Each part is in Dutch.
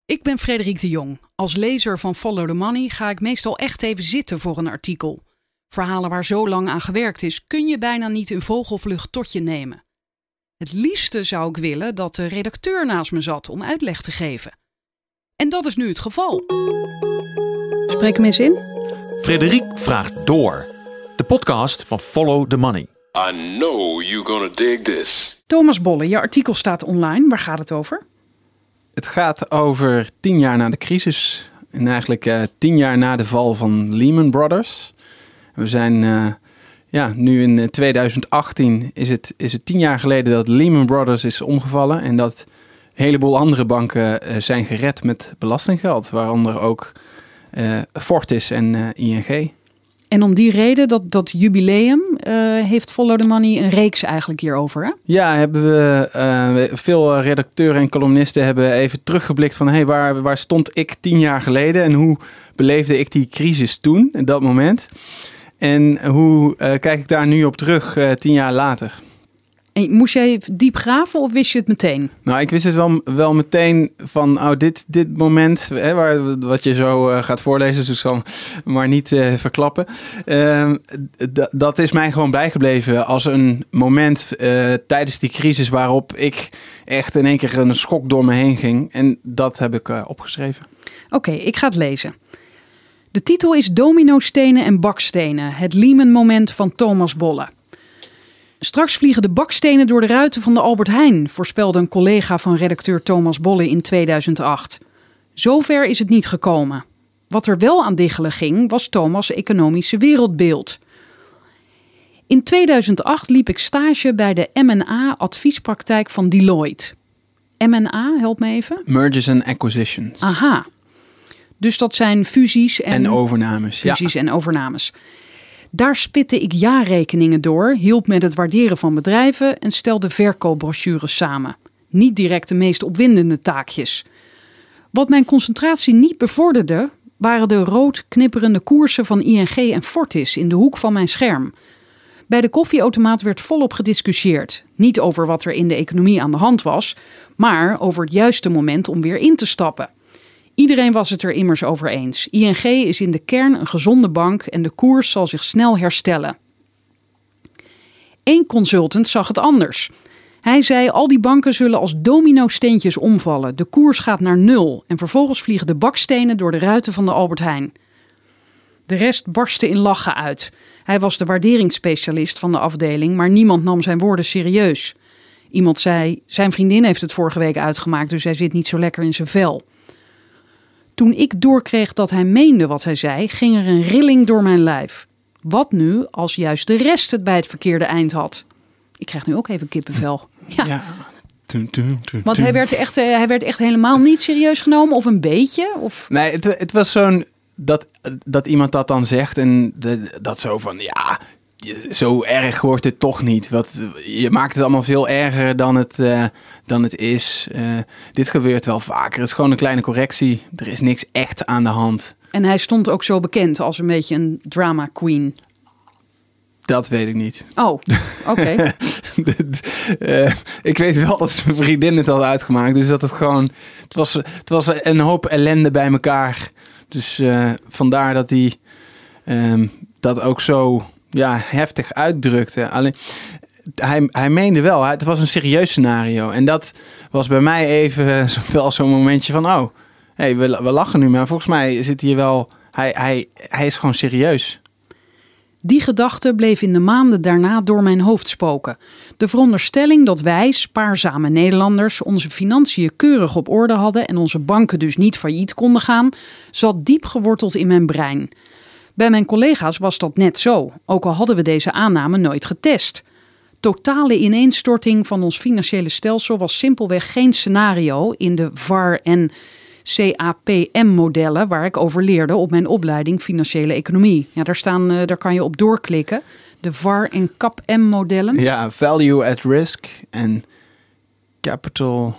Ik ben Frederik de Jong. Als lezer van Follow the Money ga ik meestal echt even zitten voor een artikel. Verhalen waar zo lang aan gewerkt is, kun je bijna niet in vogelvlucht tot je nemen. Het liefste zou ik willen dat de redacteur naast me zat om uitleg te geven. En dat is nu het geval. Spreek hem eens in. Frederik vraagt door. De podcast van Follow the Money. I know you're gonna dig this. Thomas Bolle, je artikel staat online. Waar gaat het over? Het gaat over 10 jaar na de crisis. En eigenlijk 10 jaar na de val van Lehman Brothers. We zijn nu in 2018 is het 10 jaar geleden dat Lehman Brothers is omgevallen. En dat een heleboel andere banken zijn gered met belastinggeld. Waaronder ook Fortis en ING. En om die reden, dat jubileum, heeft Follow the Money een reeks eigenlijk hierover, hè? Ja, hebben we veel redacteuren en columnisten hebben even teruggeblikt van waar stond ik 10 jaar geleden en hoe beleefde ik die crisis toen, in dat moment. En hoe kijk ik daar nu op terug 10 jaar later? En moest jij diep graven of wist je het meteen? Nou, ik wist het wel meteen van dit moment, wat je zo gaat voorlezen, dus ik zal maar niet verklappen. Dat is mij gewoon bijgebleven als een moment tijdens die crisis waarop ik echt in één keer een schok door me heen ging. En dat heb ik opgeschreven. Oké, ik ga het lezen. De titel is Dominostenen en bakstenen. Het Lehman-moment van Thomas Bolle. Straks vliegen de bakstenen door de ruiten van de Albert Heijn, voorspelde een collega van redacteur Thomas Bolle in 2008. Zover is het niet gekomen. Wat er wel aan diggelen ging, was Thomas' economische wereldbeeld. In 2008 liep ik stage bij de M&A-adviespraktijk van Deloitte. M&A, help me even. Mergers and Acquisitions. Aha. Dus dat zijn fusies en overnames. Fusies en overnames. Daar spitte ik jaarrekeningen door, hielp met het waarderen van bedrijven en stelde verkoopbrochures samen. Niet direct de meest opwindende taakjes. Wat mijn concentratie niet bevorderde, waren de rood knipperende koersen van ING en Fortis in de hoek van mijn scherm. Bij de koffieautomaat werd volop gediscussieerd. Niet over wat er in de economie aan de hand was, maar over het juiste moment om weer in te stappen. Iedereen was het er immers over eens. ING is in de kern een gezonde bank en de koers zal zich snel herstellen. Eén consultant zag het anders. Hij zei al die banken zullen als domino-steentjes omvallen. De koers gaat naar 0 en vervolgens vliegen de bakstenen door de ruiten van de Albert Heijn. De rest barstte in lachen uit. Hij was de waarderingsspecialist van de afdeling, maar niemand nam zijn woorden serieus. Iemand zei, zijn vriendin heeft het vorige week uitgemaakt, dus hij zit niet zo lekker in zijn vel. Toen ik doorkreeg dat hij meende wat hij zei, ging er een rilling door mijn lijf. Wat nu als juist de rest het bij het verkeerde eind had? Ik krijg nu ook even kippenvel. Ja. Want hij werd echt helemaal niet serieus genomen of een beetje? Of? Nee, het was zo'n dat iemand dat dan zegt en dat zo van zo erg wordt het toch niet. Je maakt het allemaal veel erger dan het is. Dit gebeurt wel vaker. Het is gewoon een kleine correctie. Er is niks echt aan de hand. En hij stond ook zo bekend als een beetje een drama queen. Dat weet ik niet. Oh, oké. Ik weet wel dat zijn vriendin het had uitgemaakt. Dus dat het was een hoop ellende bij elkaar. Dus vandaar dat hij dat ook zo heftig uitdrukte. Alleen, hij meende wel, het was een serieus scenario. En dat was bij mij even wel zo'n momentje van, we lachen nu, maar volgens mij zit hier wel, hij is gewoon serieus. Die gedachte bleef in de maanden daarna door mijn hoofd spoken. De veronderstelling dat wij, spaarzame Nederlanders, onze financiën keurig op orde hadden en onze banken dus niet failliet konden gaan, zat diep geworteld in mijn brein. Bij mijn collega's was dat net zo, ook al hadden we deze aanname nooit getest. Totale ineenstorting van ons financiële stelsel was simpelweg geen scenario in de VAR en CAPM-modellen waar ik over leerde op mijn opleiding Financiële Economie. Ja, daar kan je op doorklikken. De VAR en CAPM-modellen. Ja, Value at Risk en Capital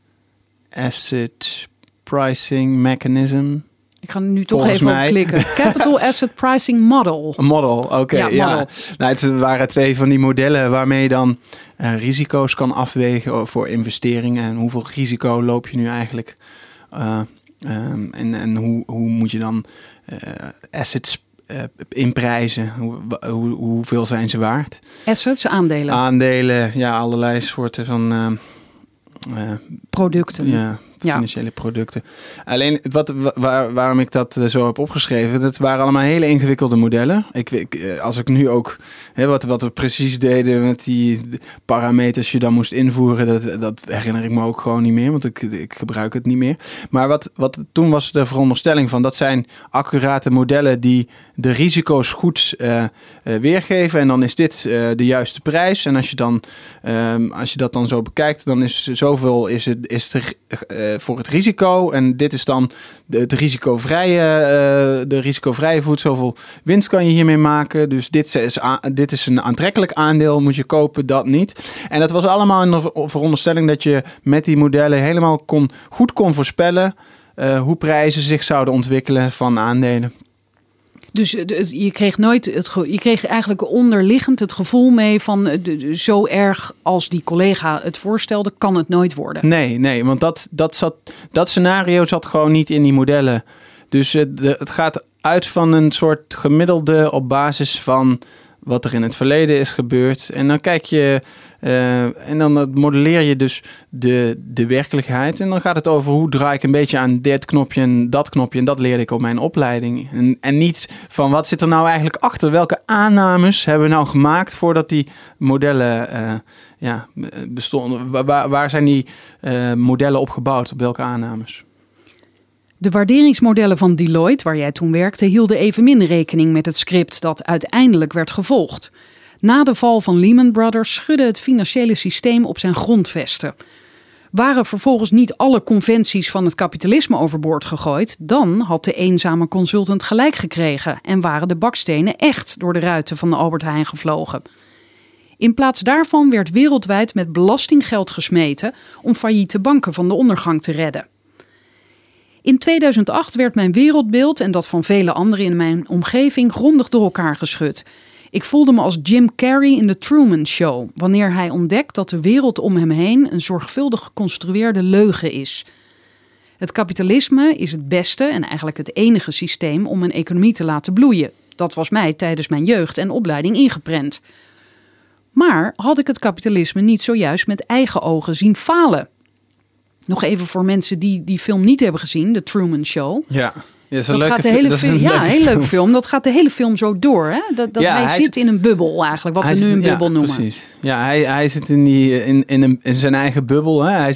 Asset Pricing Mechanism. Ik ga nu toch even op klikken. Capital Asset Pricing Model. Een model, oké. Ja. Nou, het waren 2 van die modellen waarmee je dan risico's kan afwegen voor investeringen. En hoeveel risico loop je nu eigenlijk En hoe moet je dan assets inprijzen? Hoeveel zijn ze waard? Assets, aandelen. Aandelen, ja, allerlei soorten van producten. Ja, financiële producten. Alleen waarom ik dat zo heb opgeschreven, dat waren allemaal hele ingewikkelde modellen. Als ik nu ook wat we precies deden met die parameters je dan moest invoeren, dat herinner ik me ook gewoon niet meer, want ik gebruik het niet meer. Maar wat toen was de veronderstelling van, dat zijn accurate modellen die de risico's goed weergeven en dan is dit de juiste prijs. En als je dat dan zo bekijkt, dan is zoveel is er voor het risico en dit is dan de risicovrije voet. Zoveel winst kan je hiermee maken. Dus dit is een aantrekkelijk aandeel, moet je kopen, dat niet. En dat was allemaal een veronderstelling dat je met die modellen helemaal goed kon voorspellen hoe prijzen zich zouden ontwikkelen van aandelen. Dus je kreeg eigenlijk onderliggend het gevoel mee van zo erg als die collega het voorstelde, kan het nooit worden. Nee, want dat scenario zat gewoon niet in die modellen. Dus het gaat uit van een soort gemiddelde op basis van wat er in het verleden is gebeurd. En dan kijk je en dan modelleer je dus de werkelijkheid. En dan gaat het over hoe draai ik een beetje aan dit knopje en dat knopje. En dat leerde ik op mijn opleiding. En niet van wat zit er nou eigenlijk achter? Welke aannames hebben we nou gemaakt voordat die modellen bestonden? Waar zijn die modellen op gebouwd? Op welke aannames? De waarderingsmodellen van Deloitte, waar jij toen werkte, hielden evenmin rekening met het script dat uiteindelijk werd gevolgd. Na de val van Lehman Brothers schudde het financiële systeem op zijn grondvesten. Waren vervolgens niet alle conventies van het kapitalisme overboord gegooid, dan had de eenzame consultant gelijk gekregen en waren de bakstenen echt door de ruiten van de Albert Heijn gevlogen. In plaats daarvan werd wereldwijd met belastinggeld gesmeten om failliete banken van de ondergang te redden. In 2008 werd mijn wereldbeeld en dat van vele anderen in mijn omgeving grondig door elkaar geschud. Ik voelde me als Jim Carrey in The Truman Show, wanneer hij ontdekt dat de wereld om hem heen een zorgvuldig geconstrueerde leugen is. Het kapitalisme is het beste en eigenlijk het enige systeem om een economie te laten bloeien. Dat was mij tijdens mijn jeugd en opleiding ingeprent. Maar had ik het kapitalisme niet zojuist met eigen ogen zien falen? Nog even voor mensen die die film niet hebben gezien, The Truman Show. Ja. Ja, dat gaat de hele film. Ja, een heel leuk film. Dat gaat de hele film zo door. Hè? Hij zit in een bubbel eigenlijk, wat we nu een bubbel noemen. Precies. Ja, hij zit in zijn eigen bubbel. Hè?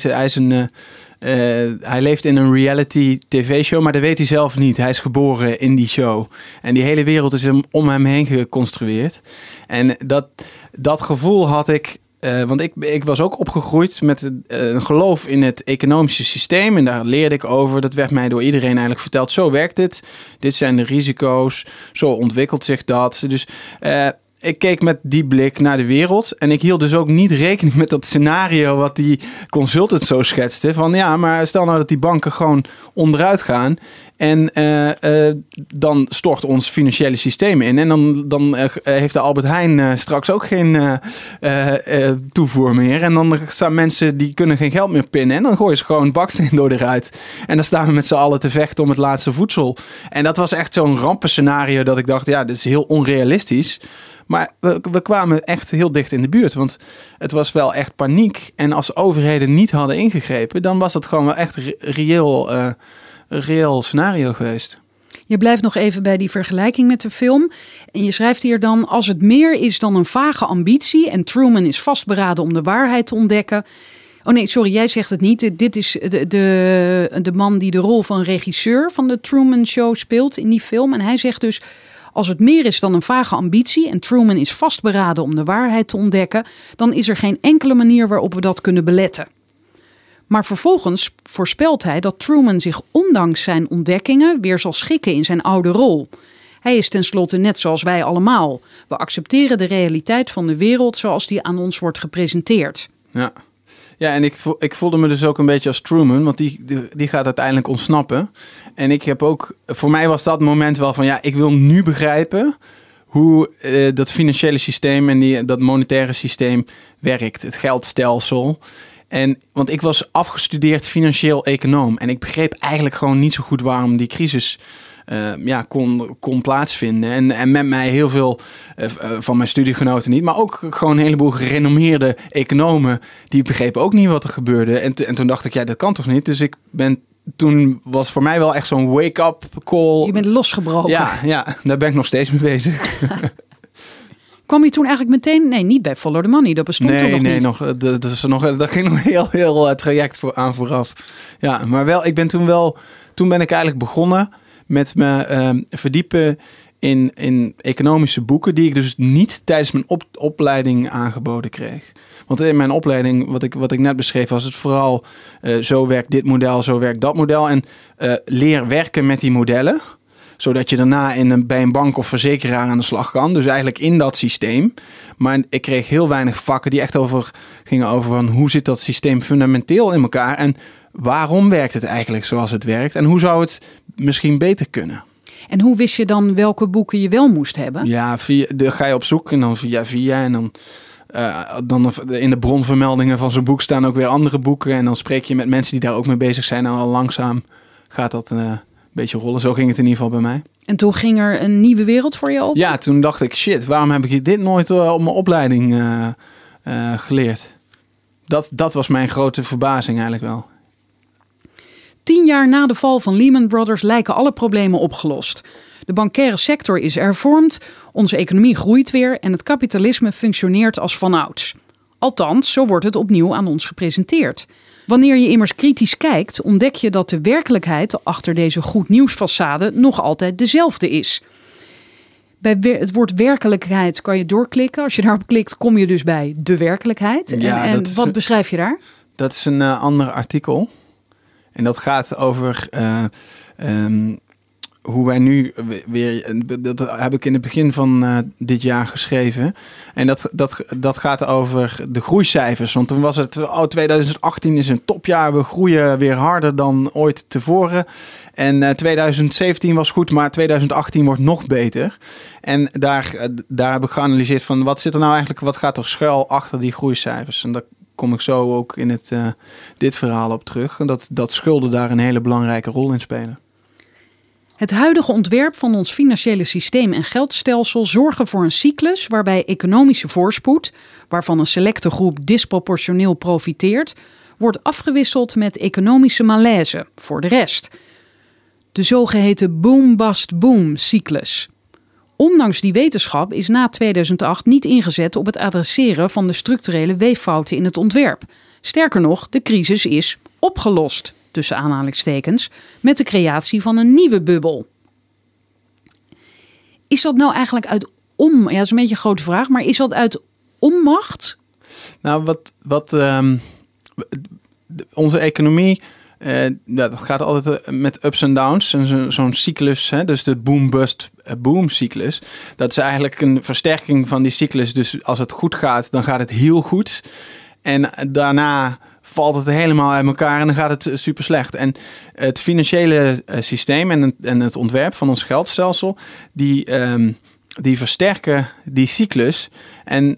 Hij leeft in een reality tv-show, maar dat weet hij zelf niet. Hij is geboren in die show. En die hele wereld is om hem heen geconstrueerd. En dat gevoel had ik. Want ik was ook opgegroeid met een geloof in het economische systeem. En daar leerde ik over. Dat werd mij door iedereen eigenlijk verteld. Zo werkt het. Dit zijn de risico's. Zo ontwikkelt zich dat. Dus ik keek met die blik naar de wereld. En ik hield dus ook niet rekening met dat scenario wat die consultant zo schetste. Van ja, maar stel nou dat die banken gewoon onderuit gaan. En dan stort ons financiële systeem in. En dan heeft de Albert Heijn straks ook geen toevoer meer. En dan staan mensen die kunnen geen geld meer pinnen. En dan gooien ze gewoon baksteen door de ruit. En dan staan we met z'n allen te vechten om het laatste voedsel. En dat was echt zo'n rampenscenario dat ik dacht, ja, dit is heel onrealistisch. Maar we kwamen echt heel dicht in de buurt. Want het was wel echt paniek. En als overheden niet hadden ingegrepen, dan was het gewoon wel echt reëel scenario geweest. Je blijft nog even bij die vergelijking met de film. En je schrijft hier dan: als het meer is dan een vage ambitie en Truman is vastberaden om de waarheid te ontdekken. Oh nee, sorry, jij zegt het niet. Dit is de man die de rol van regisseur van de Truman Show speelt in die film. En hij zegt dus: als het meer is dan een vage ambitie en Truman is vastberaden om de waarheid te ontdekken, dan is er geen enkele manier waarop we dat kunnen beletten. Maar vervolgens voorspelt hij dat Truman zich ondanks zijn ontdekkingen weer zal schikken in zijn oude rol. Hij is tenslotte net zoals wij allemaal. We accepteren de realiteit van de wereld zoals die aan ons wordt gepresenteerd. Ja, en ik voelde me dus ook een beetje als Truman, want die gaat uiteindelijk ontsnappen. En ik heb ook, voor mij was dat moment wel van, ja, ik wil nu begrijpen hoe dat financiële systeem en dat monetaire systeem werkt. Het geldstelsel. Want ik was afgestudeerd financieel econoom. En ik begreep eigenlijk gewoon niet zo goed waarom die crisis kon plaatsvinden. En met mij heel veel van mijn studiegenoten niet. Maar ook gewoon een heleboel gerenommeerde economen. Die begrepen ook niet wat er gebeurde. En toen dacht ik, dat kan toch niet? Dus toen was voor mij wel echt zo'n wake-up call. Je bent losgebroken. Ja, daar ben ik nog steeds mee bezig. Kwam je toen eigenlijk meteen... Nee, niet bij Follow the Money. Dat bestond toen nog niet. Dat ging nog heel traject aan vooraf. Ja, maar wel, toen ben ik eigenlijk begonnen met me verdiepen in economische boeken die ik dus niet tijdens mijn opleiding aangeboden kreeg. Want in mijn opleiding, wat ik net beschreef, was het vooral zo werkt dit model, zo werkt dat model. En leer werken met die modellen, zodat je daarna bij een bank of verzekeraar aan de slag kan. Dus eigenlijk in dat systeem. Maar ik kreeg heel weinig vakken die echt gingen over van hoe zit dat systeem fundamenteel in elkaar en waarom werkt het eigenlijk zoals het werkt en hoe zou het misschien beter kunnen. En hoe wist je dan welke boeken je wel moest hebben? Ja, ga je op zoek en dan via en dan in de bronvermeldingen van zo'n boek staan ook weer andere boeken. En dan spreek je met mensen die daar ook mee bezig zijn. En al langzaam gaat dat een beetje rollen. Zo ging het in ieder geval bij mij. En toen ging er een nieuwe wereld voor je open? Ja, toen dacht ik, shit, waarom heb ik dit nooit op mijn opleiding geleerd? Dat was mijn grote verbazing eigenlijk wel. 10 jaar na de val van Lehman Brothers lijken alle problemen opgelost. De bankaire sector is hervormd, onze economie groeit weer en het kapitalisme functioneert als vanouds. Althans, zo wordt het opnieuw aan ons gepresenteerd. Wanneer je immers kritisch kijkt, ontdek je dat de werkelijkheid achter deze goed nieuwsfaçade nog altijd dezelfde is. Bij het woord werkelijkheid kan je doorklikken. Als je daarop klikt, kom je dus bij de werkelijkheid. Ja, en wat beschrijf je daar? Dat is een ander artikel. En dat gaat over hoe wij nu weer... Dat heb ik in het begin van dit jaar geschreven. En dat gaat over de groeicijfers. Want toen was het... 2018 is een topjaar. We groeien weer harder dan ooit tevoren. En 2017 was goed, maar 2018 wordt nog beter. En daar heb ik geanalyseerd van... wat zit er nou eigenlijk... wat gaat er schuil achter die groeicijfers? En dat kom ik zo ook in dit verhaal op terug. Dat schulden daar een hele belangrijke rol in spelen. Het huidige ontwerp van ons financiële systeem en geldstelsel zorgen voor een cyclus waarbij economische voorspoed, waarvan een selecte groep disproportioneel profiteert, wordt afgewisseld met economische malaise voor de rest. De zogeheten boom-bust-boom cyclus. Ondanks die wetenschap is na 2008 niet ingezet op het adresseren van de structurele weeffouten in het ontwerp. Sterker nog, de crisis is opgelost, tussen aanhalingstekens, met de creatie van een nieuwe bubbel. Is dat nou eigenlijk uit ja, dat is een beetje een grote vraag, maar is dat uit onmacht? Nou, onze economie, dat gaat altijd met ups en downs. En zo'n cyclus, dus de boom-bust-boom cyclus, dat is eigenlijk een versterking van die cyclus. Dus als het goed gaat, dan gaat het heel goed. En daarna valt het helemaal uit elkaar en dan gaat het super slecht. En het financiële systeem en het ontwerp van ons geldstelsel, die versterken die cyclus. En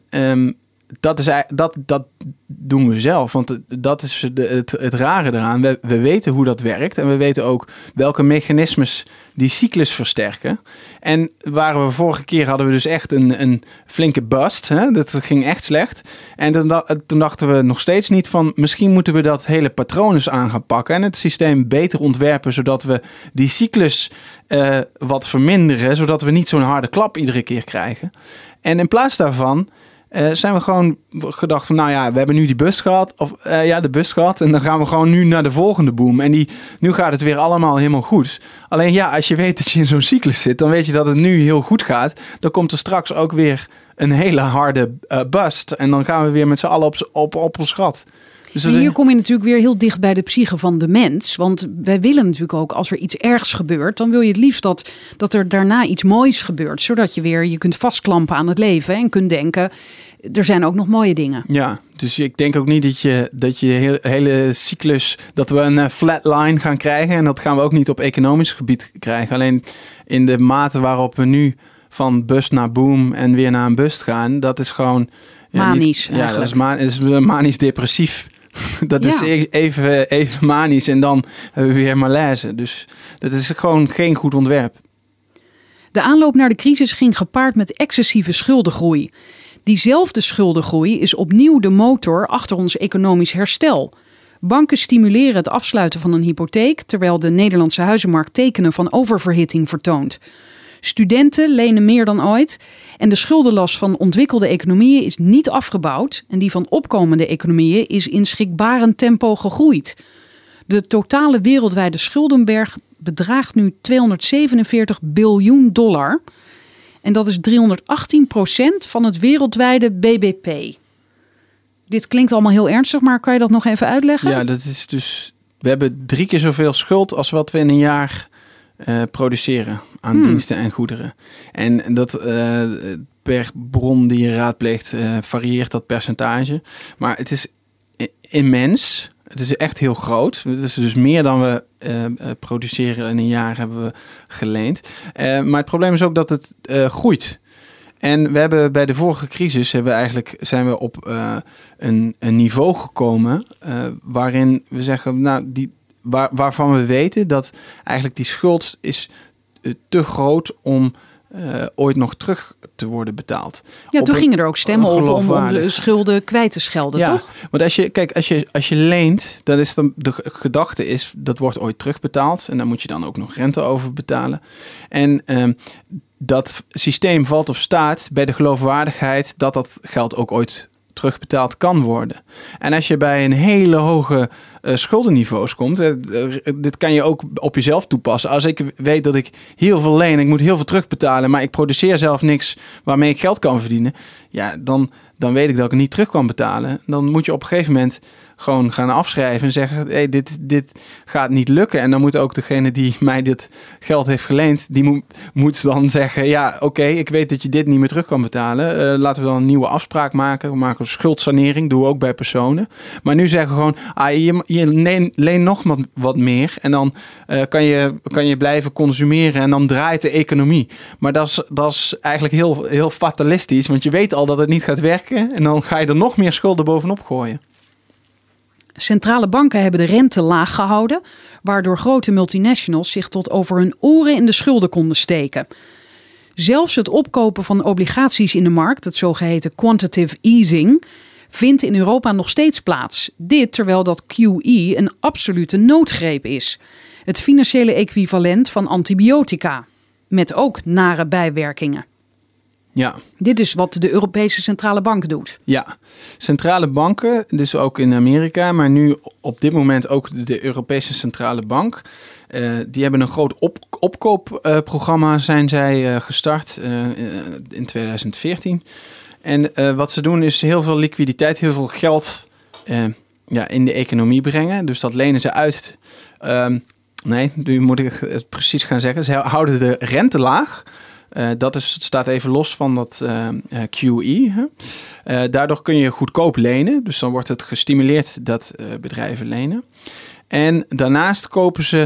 dat doen we zelf. Want dat is het rare eraan. We weten hoe dat werkt. En we weten ook welke mechanismes die cyclus versterken. En vorige keer hadden we dus echt een flinke bust. Hè? Dat ging echt slecht. En toen dachten we nog steeds niet van, misschien moeten we dat hele patroon eens aan gaan pakken. En het systeem beter ontwerpen, zodat we die cyclus wat verminderen. Zodat we niet zo'n harde klap iedere keer krijgen. En in plaats daarvan zijn we gewoon gedacht van, nou ja, we hebben nu die bust gehad. De bust gehad. En dan gaan we gewoon nu naar de volgende boom. En nu gaat het weer allemaal helemaal goed. Alleen ja, als je weet dat je in zo'n cyclus zit, dan weet je dat het nu heel goed gaat. Dan komt er straks ook weer een hele harde bust. En dan gaan we weer met z'n allen op ons gat. Dus hier kom je natuurlijk weer heel dicht bij de psyche van de mens. Want wij willen natuurlijk ook, als er iets ergs gebeurt, dan wil je het liefst dat er daarna iets moois gebeurt. Zodat je weer je kunt vastklampen aan het leven en kunt denken, er zijn ook nog mooie dingen. Ja, dus ik denk ook niet dat je hele cyclus, dat we een flat line gaan krijgen. En dat gaan we ook niet op economisch gebied krijgen. Alleen in de mate waarop we nu van bust naar boom en weer naar een bust gaan, dat is gewoon... Manisch dat is manisch depressief Dat is even manisch en dan hebben we weer malaise. Dus dat is gewoon geen goed ontwerp. De aanloop naar de crisis ging gepaard met excessieve schuldengroei. Diezelfde schuldengroei is opnieuw de motor achter ons economisch herstel. Banken stimuleren het afsluiten van een hypotheek, terwijl de Nederlandse huizenmarkt tekenen van oververhitting vertoont. Studenten lenen meer dan ooit en de schuldenlast van ontwikkelde economieën is niet afgebouwd en die van opkomende economieën is in schrikbarend tempo gegroeid. De totale wereldwijde schuldenberg bedraagt nu $247 biljoen. En dat is 318% van het wereldwijde BBP. Dit klinkt allemaal heel ernstig, maar kan je dat nog even uitleggen? Ja, dat is dus... We hebben 3 keer zoveel schuld als wat we in een jaar produceren aan diensten en goederen. En dat per bron die je raadpleegt varieert dat percentage. Maar het is immens. Het is echt heel groot. Het is dus meer dan we produceren in een jaar hebben we geleend. Maar het probleem is ook dat het groeit. En we hebben bij de vorige crisis zijn we op een niveau gekomen waarin we zeggen, waarvan we weten dat eigenlijk die schuld is te groot om ooit nog terug te worden betaald. Ja, toen gingen er ook stemmen op om de schulden kwijt te schelden, toch? Want als je leent, dan is dan de gedachte is dat wordt ooit terugbetaald en daar moet je dan ook nog rente over betalen. En dat systeem valt of staat bij de geloofwaardigheid dat geld ook ooit terugbetaald kan worden. En als je bij een hele hoge schuldenniveaus komt, dit kan je ook op jezelf toepassen. Als ik weet dat ik heel veel leen, ik moet heel veel terugbetalen, maar ik produceer zelf niks waarmee ik geld kan verdienen, ja, dan weet ik dat ik het niet terug kan betalen. Dan moet je op een gegeven moment gewoon gaan afschrijven en zeggen, hey, dit gaat niet lukken. En dan moet ook degene die mij dit geld heeft geleend, die moet dan zeggen, ja, oké, ik weet dat je dit niet meer terug kan betalen. Laten we dan een nieuwe afspraak maken. We maken een schuldsanering, doen we ook bij personen. Maar nu zeggen we gewoon, je leent nog wat meer en dan kan je blijven consumeren en dan draait de economie. Maar dat is eigenlijk heel, heel fatalistisch, want je weet al dat het niet gaat werken en dan ga je er nog meer schulden bovenop gooien. Centrale banken hebben de rente laag gehouden, waardoor grote multinationals zich tot over hun oren in de schulden konden steken. Zelfs het opkopen van obligaties in de markt, het zogeheten quantitative easing, vindt in Europa nog steeds plaats. Dit terwijl dat QE een absolute noodgreep is. Het financiële equivalent van antibiotica, met ook nare bijwerkingen. Ja. Dit is wat de Europese Centrale Bank doet. Ja, centrale banken, dus ook in Amerika, maar nu op dit moment ook de Europese Centrale Bank. Die hebben een groot opkoopprogramma zijn zij gestart in 2014. En wat ze doen is heel veel liquiditeit, heel veel geld in de economie brengen. Dus dat lenen ze uit. Nee, nu moet ik het precies gaan zeggen. Ze houden de rente laag. Dat staat even los van dat QE. Daardoor kun je goedkoop lenen. Dus dan wordt het gestimuleerd dat bedrijven lenen. En daarnaast kopen ze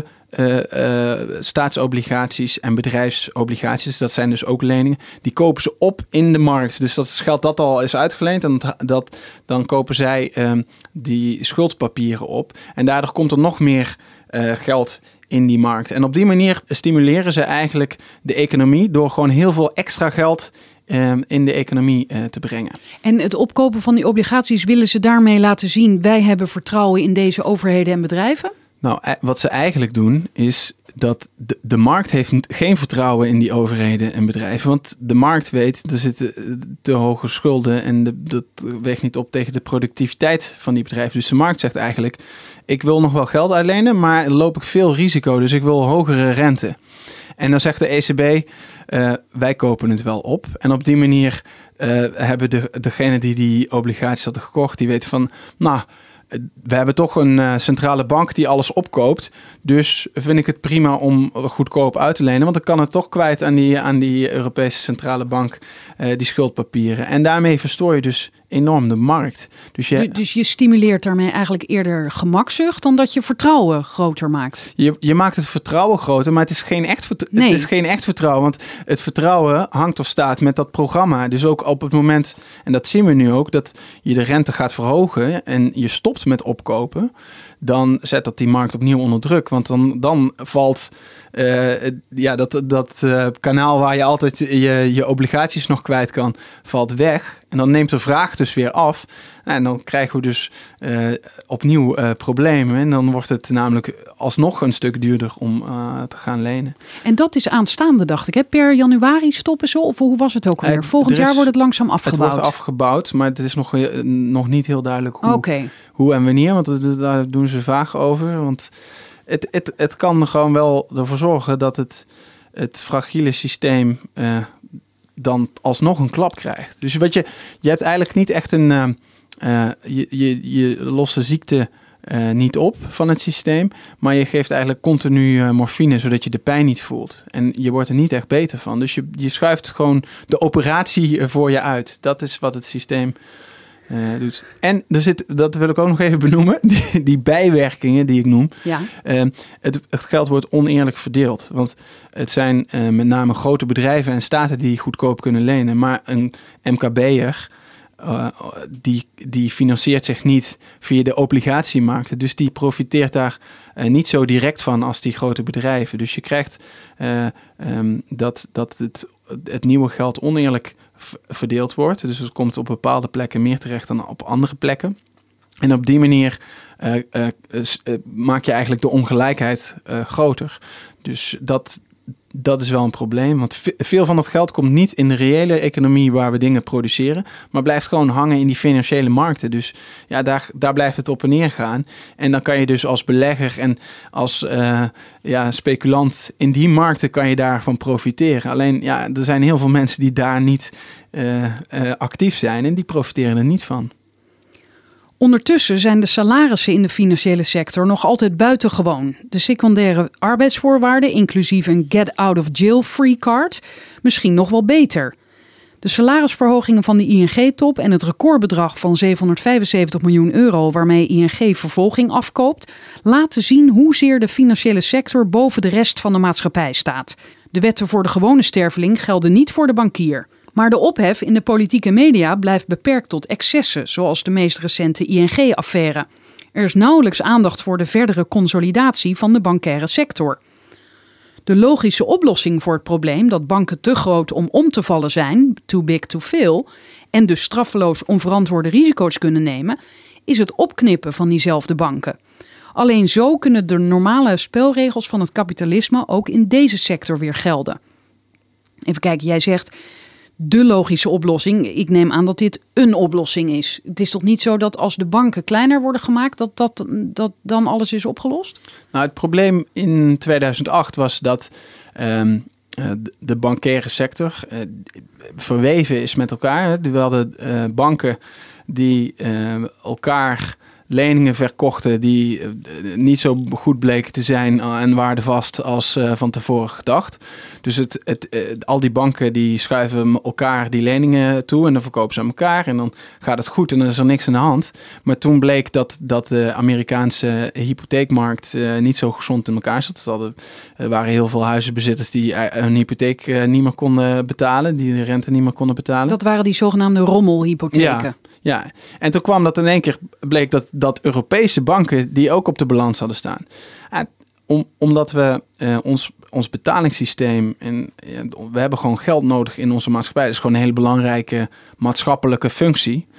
staatsobligaties en bedrijfsobligaties. Dat zijn dus ook leningen. Die kopen ze op in de markt. Dus dat geld dat al is uitgeleend. En dan kopen zij die schuldpapieren op. En daardoor komt er nog meer geld in die markt. En op die manier stimuleren ze eigenlijk de economie door gewoon heel veel extra geld in de economie te brengen. En het opkopen van die obligaties, willen ze daarmee laten zien, wij hebben vertrouwen in deze overheden en bedrijven? Nou, wat ze eigenlijk doen is dat de markt heeft geen vertrouwen in die overheden en bedrijven. Want de markt weet, er zitten te hoge schulden en dat weegt niet op tegen de productiviteit van die bedrijven. Dus de markt zegt eigenlijk, ik wil nog wel geld uitlenen, maar loop ik veel risico. Dus ik wil hogere rente. En dan zegt de ECB, wij kopen het wel op. En op die manier hebben degene die obligaties hadden gekocht, die weten van, nou, we hebben toch een centrale bank die alles opkoopt. Dus vind ik het prima om goedkoop uit te lenen. Want dan kan het toch kwijt aan die Europese Centrale Bank, die schuldpapieren. En daarmee verstoor je dus enorm de markt. Dus je stimuleert daarmee eigenlijk eerder gemakzucht dan dat je vertrouwen groter maakt. Je maakt het vertrouwen groter, maar het is geen echt vertrouwen. Want het vertrouwen hangt of staat met dat programma. Dus ook op het moment, en dat zien we nu ook, dat je de rente gaat verhogen en je stopt met opkopen, dan zet dat die markt opnieuw onder druk. Want dan valt dat kanaal waar je altijd je obligaties nog kwijt kan, valt weg. En dan neemt de vraag dus weer af. En dan krijgen we dus opnieuw problemen. En dan wordt het namelijk alsnog een stuk duurder om te gaan lenen. En dat is aanstaande, dacht ik. Hè? Per januari stoppen ze? Of hoe was het ook alweer? Volgend jaar wordt het langzaam afgebouwd. Het wordt afgebouwd, maar het is nog niet heel duidelijk hoe en wanneer. Want daar doen ze vaag over. Want het kan gewoon wel ervoor zorgen dat het fragiele systeem dan alsnog een klap krijgt. Dus je hebt eigenlijk niet echt een je lost de ziekte niet op van het systeem, maar je geeft eigenlijk continu morfine, zodat je de pijn niet voelt. En je wordt er niet echt beter van. Dus je schuift gewoon de operatie voor je uit. Dat is wat het systeem doet. En er zit, dat wil ik ook nog even benoemen, die bijwerkingen die ik noem. Ja. Het geld wordt oneerlijk verdeeld. Want het zijn met name grote bedrijven en staten die goedkoop kunnen lenen. Maar een MKB'er, die financiert zich niet via de obligatiemarkten. Dus die profiteert daar niet zo direct van als die grote bedrijven. Dus je krijgt dat het nieuwe geld oneerlijk verdeeld wordt. Dus het komt op bepaalde plekken meer terecht dan op andere plekken. En op die manier maak je eigenlijk de ongelijkheid groter. Dus dat is wel een probleem. Want veel van dat geld komt niet in de reële economie waar we dingen produceren, maar blijft gewoon hangen in die financiële markten. Dus ja, daar blijft het op en neer gaan. En dan kan je dus als belegger en als speculant in die markten kan je daarvan profiteren. Alleen ja, er zijn heel veel mensen die daar niet actief zijn en die profiteren er niet van. Ondertussen zijn de salarissen in de financiële sector nog altijd buitengewoon. De secundaire arbeidsvoorwaarden, inclusief een get-out-of-jail-free card, misschien nog wel beter. De salarisverhogingen van de ING-top en het recordbedrag van €775 miljoen waarmee ING vervolging afkoopt, laten zien hoezeer de financiële sector boven de rest van de maatschappij staat. De wetten voor de gewone sterveling gelden niet voor de bankier. Maar de ophef in de politieke media blijft beperkt tot excessen, zoals de meest recente ING-affaire. Er is nauwelijks aandacht voor de verdere consolidatie van de bankaire sector. De logische oplossing voor het probleem dat banken te groot om te vallen zijn, too big to fail, en dus straffeloos onverantwoorde risico's kunnen nemen, is het opknippen van diezelfde banken. Alleen zo kunnen de normale spelregels van het kapitalisme ook in deze sector weer gelden. Even kijken, jij zegt de logische oplossing. Ik neem aan dat dit een oplossing is. Het is toch niet zo dat als de banken kleiner worden gemaakt, dat dan alles is opgelost? Nou, het probleem in 2008 was dat de bankaire sector verweven is met elkaar. We hadden banken die elkaar leningen verkochten die niet zo goed bleken te zijn en waardevast als van tevoren gedacht. Dus al die banken die schuiven elkaar die leningen toe en dan verkopen ze aan elkaar en dan gaat het goed en dan is er niks aan de hand. Maar toen bleek dat de Amerikaanse hypotheekmarkt niet zo gezond in elkaar zat. Er waren heel veel huizenbezitters die hun hypotheek niet meer konden betalen, die de rente niet meer konden betalen. Dat waren die zogenaamde rommelhypotheken. Ja, en toen kwam dat in één keer, bleek dat Europese banken die ook op de balans hadden staan. Omdat we ons betalingssysteem, en we hebben gewoon geld nodig in onze maatschappij. Dat is gewoon een hele belangrijke maatschappelijke functie.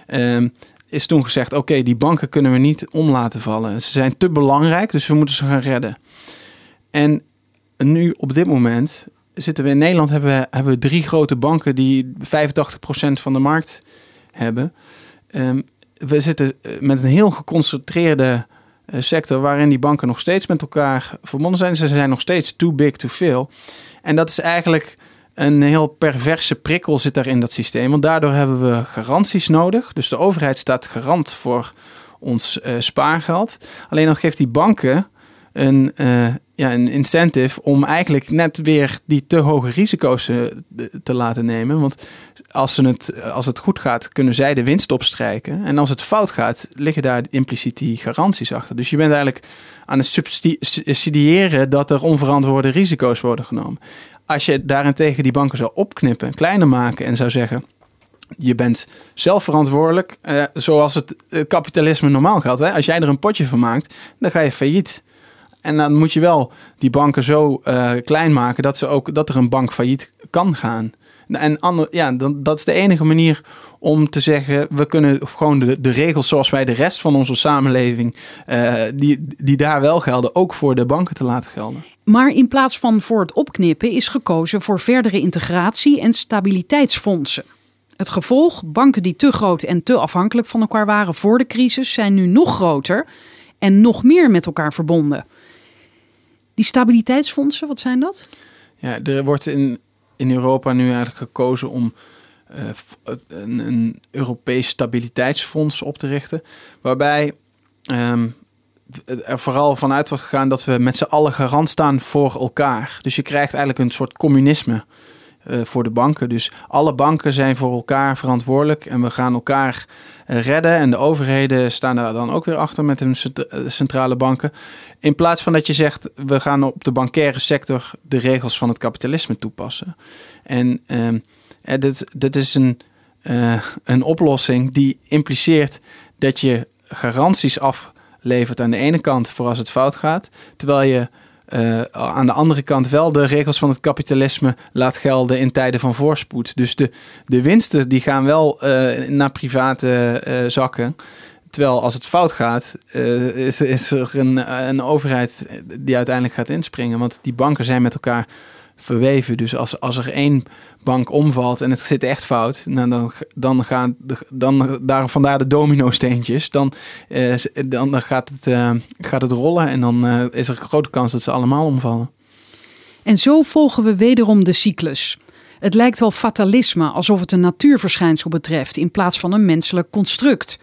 Is toen gezegd, oké, die banken kunnen we niet om laten vallen. Ze zijn te belangrijk, dus we moeten ze gaan redden. En nu op dit moment zitten we in Nederland, hebben we 3 grote banken die 85% van de markt hebben. We zitten met een heel geconcentreerde sector waarin die banken nog steeds met elkaar verbonden zijn. Ze zijn nog steeds too big to fail. En dat is eigenlijk een heel perverse prikkel zit daar in dat systeem. Want daardoor hebben we garanties nodig. Dus de overheid staat garant voor ons spaargeld. Alleen dan geeft die banken een incentive om eigenlijk net weer die te hoge risico's te laten nemen. Want als het goed gaat, kunnen zij de winst opstrijken. En als het fout gaat, liggen daar impliciet die garanties achter. Dus je bent eigenlijk aan het subsidiëren dat er onverantwoorde risico's worden genomen. Als je daarentegen die banken zou opknippen, kleiner maken en zou zeggen, je bent zelf verantwoordelijk, zoals het kapitalisme normaal geldt. Hè? Als jij er een potje van maakt, dan ga je failliet. En dan moet je wel die banken zo klein maken dat er een bank failliet kan gaan. En dat is de enige manier om te zeggen, we kunnen gewoon de regels zoals wij de rest van onze samenleving, die daar wel gelden, ook voor de banken te laten gelden. Maar in plaats van voor het opknippen is gekozen voor verdere integratie en stabiliteitsfondsen. Het gevolg, banken die te groot en te afhankelijk van elkaar waren voor de crisis, zijn nu nog groter en nog meer met elkaar verbonden. Die stabiliteitsfondsen, wat zijn dat? Ja, er wordt in Europa nu eigenlijk gekozen om een Europees stabiliteitsfonds op te richten. Waarbij er vooral vanuit wordt gegaan dat we met z'n allen garant staan voor elkaar. Dus je krijgt eigenlijk een soort communisme voor de banken. Dus alle banken zijn voor elkaar verantwoordelijk en we gaan elkaar redden. En de overheden staan daar dan ook weer achter met hun centrale banken. In plaats van dat je zegt, we gaan op de bankaire sector de regels van het kapitalisme toepassen. En dit is een oplossing die impliceert dat je garanties aflevert aan de ene kant voor als het fout gaat, terwijl je aan de andere kant wel de regels van het kapitalisme laat gelden in tijden van voorspoed. Dus de winsten die gaan wel naar private zakken. Terwijl als het fout gaat, is er een overheid die uiteindelijk gaat inspringen. Want die banken zijn met elkaar verweven. Dus als er één bank omvalt en het zit echt fout, nou vandaar de domino-steentjes, dan gaat het rollen en dan is er een grote kans dat ze allemaal omvallen. En zo volgen we wederom de cyclus. Het lijkt wel fatalisme, alsof het een natuurverschijnsel betreft in plaats van een menselijk construct.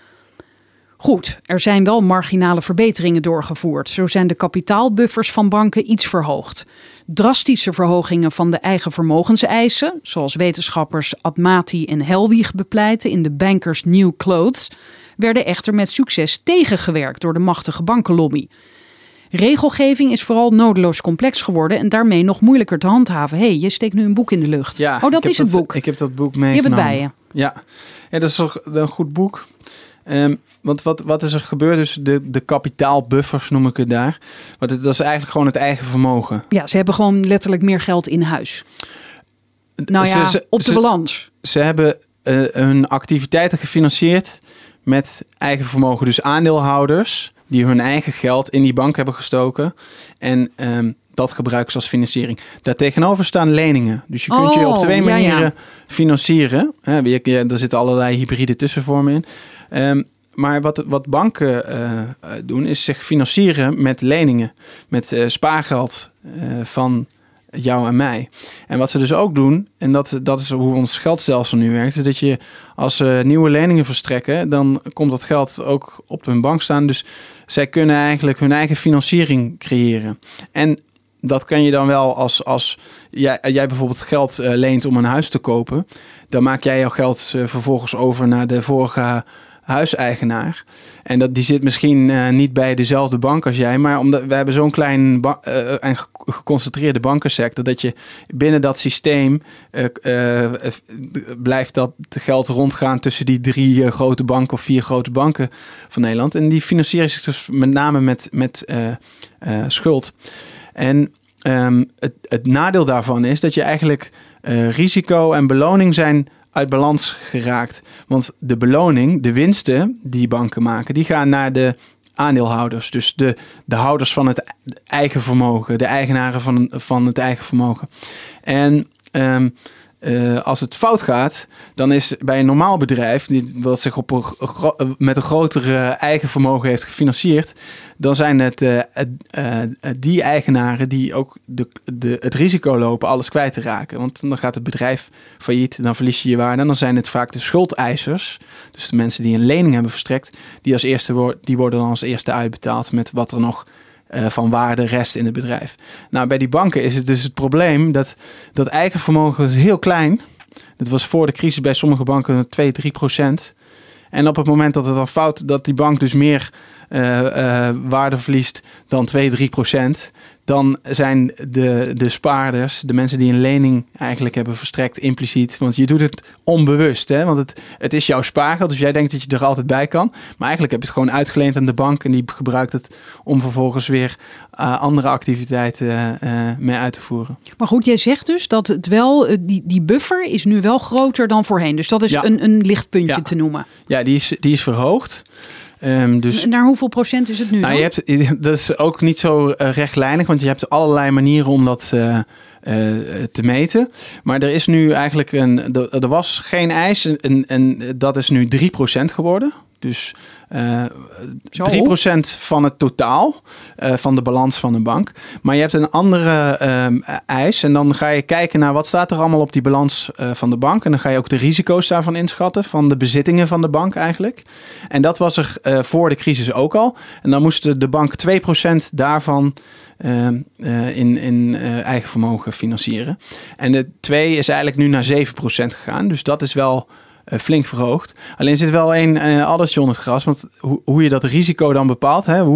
Goed, er zijn wel marginale verbeteringen doorgevoerd. Zo zijn de kapitaalbuffers van banken iets verhoogd. Drastische verhogingen van de eigen vermogenseisen, zoals wetenschappers Admati en Helwig bepleiten in de Bankers' New Clothes, werden echter met succes tegengewerkt door de machtige bankenlobby. Regelgeving is vooral nodeloos complex geworden en daarmee nog moeilijker te handhaven. Je steekt nu een boek in de lucht. Ja, dat is het boek. Ik heb dat boek meegenomen. Je hebt het bij je. Ja, dat is een goed boek. Want wat is er gebeurd? Dus de kapitaalbuffers noem ik het daar. Want dat is eigenlijk gewoon het eigen vermogen. Ja, ze hebben gewoon letterlijk meer geld in huis. Op de balans. Ze hebben hun activiteiten gefinancierd met eigen vermogen. Dus aandeelhouders die hun eigen geld in die bank hebben gestoken. En dat gebruiken ze als financiering. Daartegenover staan leningen. Dus je kunt je op twee manieren financieren. Er zitten allerlei hybride tussenvormen in. Maar wat banken doen is zich financieren met leningen. Met spaargeld van jou en mij. En wat ze dus ook doen, en dat is hoe ons geldstelsel nu werkt, is dat je als ze nieuwe leningen verstrekken, dan komt dat geld ook op hun bank staan. Dus zij kunnen eigenlijk hun eigen financiering creëren. En dat kan je dan wel als jij bijvoorbeeld geld leent om een huis te kopen. Dan maak jij jouw geld vervolgens over naar de vorige huiseigenaar. En die zit misschien niet bij dezelfde bank als jij, maar omdat we hebben zo'n klein en geconcentreerde bankensector, dat je binnen dat systeem blijft dat geld rondgaan tussen die 3 grote banken of 4 grote banken van Nederland. En die financieren zich dus met name met schuld. En het nadeel daarvan is dat je eigenlijk risico en beloning zijn uit balans geraakt. Want de beloning, de winsten die banken maken, die gaan naar de aandeelhouders. Dus de houders van het eigen vermogen, de eigenaren van het eigen vermogen. En als het fout gaat, dan is bij een normaal bedrijf dat zich met een grotere eigen vermogen heeft gefinancierd, dan zijn het die eigenaren die ook het risico lopen alles kwijt te raken. Want dan gaat het bedrijf failliet, dan verlies je je waarde. En dan zijn het vaak de schuldeisers, dus de mensen die een lening hebben verstrekt, die worden dan als eerste uitbetaald met wat er nog van waarde rest in het bedrijf. Nou, bij die banken is het dus het probleem dat eigen vermogen is heel klein. Dat was voor de crisis bij sommige banken 2-3%. En op het moment dat het dan fout, dat die bank dus meer waarde verliest dan 2-3%, dan zijn de spaarders, de mensen die een lening eigenlijk hebben verstrekt impliciet, want je doet het onbewust, hè? Want het is jouw spaargeld, dus jij denkt dat je er altijd bij kan. Maar eigenlijk heb je het gewoon uitgeleend aan de bank en die gebruikt het om vervolgens weer andere activiteiten mee uit te voeren. Maar goed, jij zegt dus dat het wel, die buffer is nu wel groter dan voorheen. Dus dat is een lichtpuntje te noemen. Ja, die is verhoogd. Dus, naar hoeveel procent is het nu? Nou, dat is ook niet zo rechtlijnig, want je hebt allerlei manieren om dat te meten. Maar er is nu eigenlijk er was geen eis en dat is nu 3% geworden. Dus 3% van het totaal van de balans van een bank. Maar je hebt een andere eis. En dan ga je kijken naar wat staat er allemaal op die balans van de bank. En dan ga je ook de risico's daarvan inschatten. Van de bezittingen van de bank eigenlijk. En dat was er voor de crisis ook al. En dan moest de bank 2% daarvan in eigen vermogen financieren. En de 2 is eigenlijk nu naar 7% gegaan. Dus dat is wel flink verhoogd. Alleen zit wel een addertje onder het gras. Want hoe je dat risico dan bepaalt. Hè,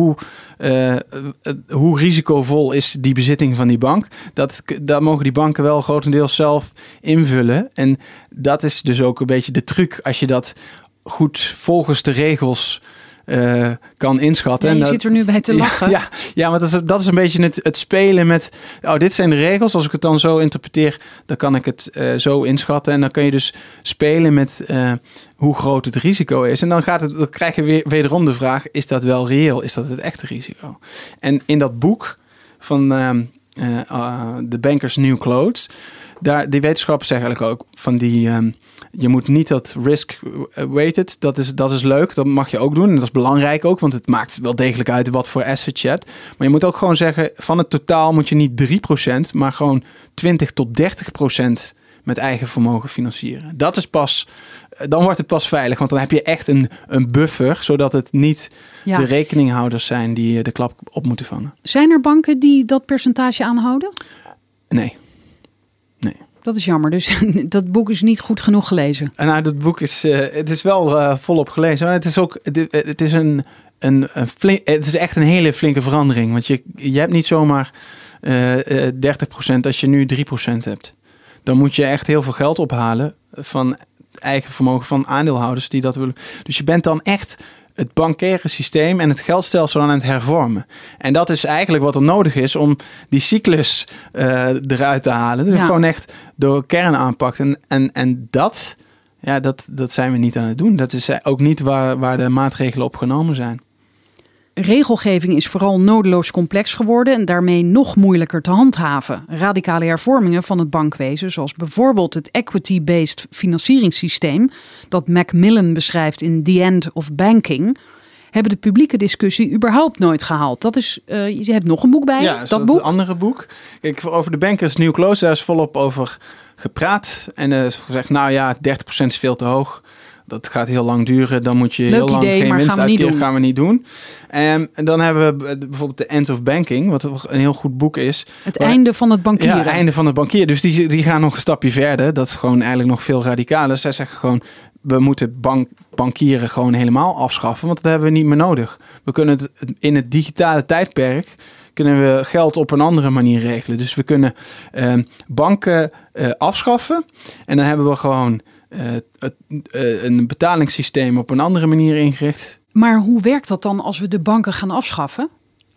hoe risicovol is die bezitting van die bank. Dat mogen die banken wel grotendeels zelf invullen. En dat is dus ook een beetje de truc. Als je dat goed volgens de regels kan inschatten. Ja, je zit er nu bij te lachen. Ja, maar dat is een beetje het spelen met dit zijn de regels. Als ik het dan zo interpreteer, dan kan ik het zo inschatten. En dan kan je dus spelen met hoe groot het risico is. En dan krijg je wederom de vraag, is dat wel reëel? Is dat het echte risico? En in dat boek van The Banker's New Clothes, die wetenschappers zeggen eigenlijk ook van die je moet niet dat risk-weighted, dat is leuk, dat mag je ook doen. En dat is belangrijk ook, want het maakt wel degelijk uit wat voor assets je hebt. Maar je moet ook gewoon zeggen, van het totaal moet je niet 3%, maar gewoon 20-30% met eigen vermogen financieren. Dat is dan wordt het pas veilig, want dan heb je echt een buffer, zodat het niet de rekeninghouders zijn die de klap op moeten vangen. Zijn er banken die dat percentage aanhouden? Nee. Dat is jammer. Dus dat boek is niet goed genoeg gelezen. Nou, dat boek is het is wel volop gelezen. Maar het is ook het is echt een hele flinke verandering. Want je hebt niet zomaar 30% als je nu 3% hebt. Dan moet je echt heel veel geld ophalen van eigen vermogen van aandeelhouders die dat willen. Dus je bent dan echt het bankaire systeem en het geldstelsel aan het hervormen. En dat is eigenlijk wat er nodig is om die cyclus eruit te halen. Dus gewoon echt door kern aanpakt. En dat zijn we niet aan het doen. Dat is ook niet waar de maatregelen op genomen zijn. Regelgeving is vooral nodeloos complex geworden en daarmee nog moeilijker te handhaven. Radicale hervormingen van het bankwezen, zoals bijvoorbeeld het equity-based financieringssysteem, dat Macmillan beschrijft in The End of Banking, hebben de publieke discussie überhaupt nooit gehaald. Dat is, je hebt nog een boek bij, dat boek? Het andere boek. Kijk, over de Banker's New Clothes, daar is volop over gepraat. En is gezegd, 30% is veel te hoog. Dat gaat heel lang duren. Dan moet je heel lang geen winst uitkeren. Gaan we niet doen. En dan hebben we bijvoorbeeld The End of Banking, wat een heel goed boek is. Einde van het bankieren. Ja, het einde van het bankieren. Dus die gaan nog een stapje verder. Dat is gewoon eigenlijk nog veel radicaler. Zij zeggen gewoon, we moeten bankieren gewoon helemaal afschaffen, want dat hebben we niet meer nodig. We kunnen het in het digitale tijdperk kunnen we geld op een andere manier regelen. Dus we kunnen banken afschaffen en dan hebben we gewoon een betalingssysteem op een andere manier ingericht. Maar hoe werkt dat dan als we de banken gaan afschaffen?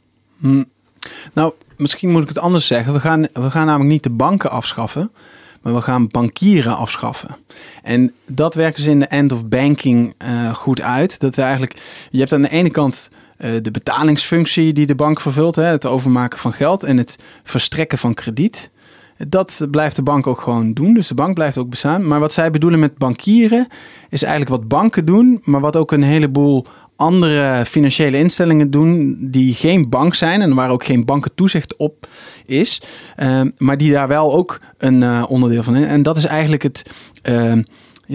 Nou, misschien moet ik het anders zeggen. We gaan namelijk niet de banken afschaffen, maar we gaan bankieren afschaffen. En dat werken ze in de End of Banking goed uit. Dat we eigenlijk, je hebt aan de ene kant de betalingsfunctie die de bank vervult, het overmaken van geld en het verstrekken van krediet. Dat blijft de bank ook gewoon doen. Dus de bank blijft ook bestaan. Maar wat zij bedoelen met bankieren is eigenlijk wat banken doen, maar wat ook een heleboel andere financiële instellingen doen die geen bank zijn en waar ook geen bankentoezicht op is, maar die daar wel ook een onderdeel van zijn. En dat is eigenlijk